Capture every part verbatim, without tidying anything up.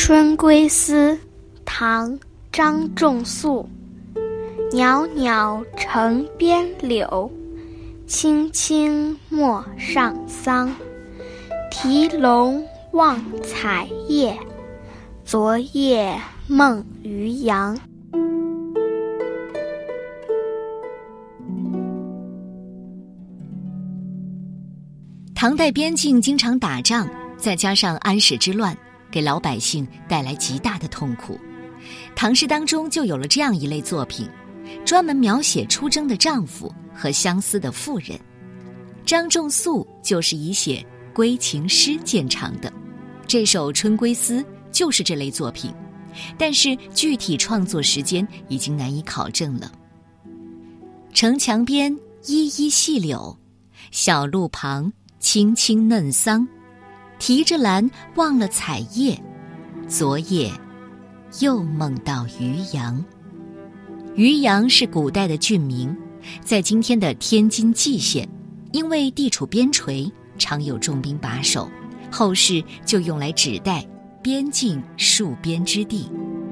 春归思，唐·张仲素。袅袅城边柳，青青陌上桑。提笼望彩叶，昨夜梦渔阳。 唐代边境经常打仗，再加上安史之乱，给老百姓带来极大的痛苦。唐诗当中就有了这样一类作品，专门描写出征的丈夫和相思的妇人。张仲素就是以写归情诗见长的，这首《春归思》就是这类作品，但是具体创作时间已经难以考证了。城墙边依依细柳，小路旁青青嫩桑。提着篮忘了彩叶，昨夜又梦到渔阳。渔阳是古代的郡名，在今天的天津蓟县，因为地处边陲，常有重兵把守，后世就用来指代边境戍边之地。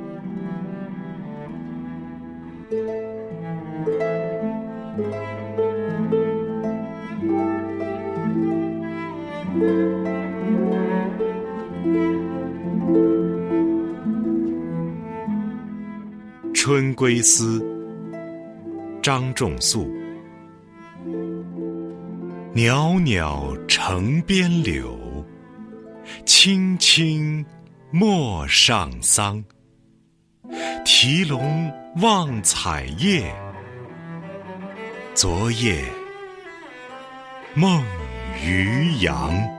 春归思，张仲素。袅袅城边柳，青青陌上桑。提笼望彩叶，昨夜梦渔阳。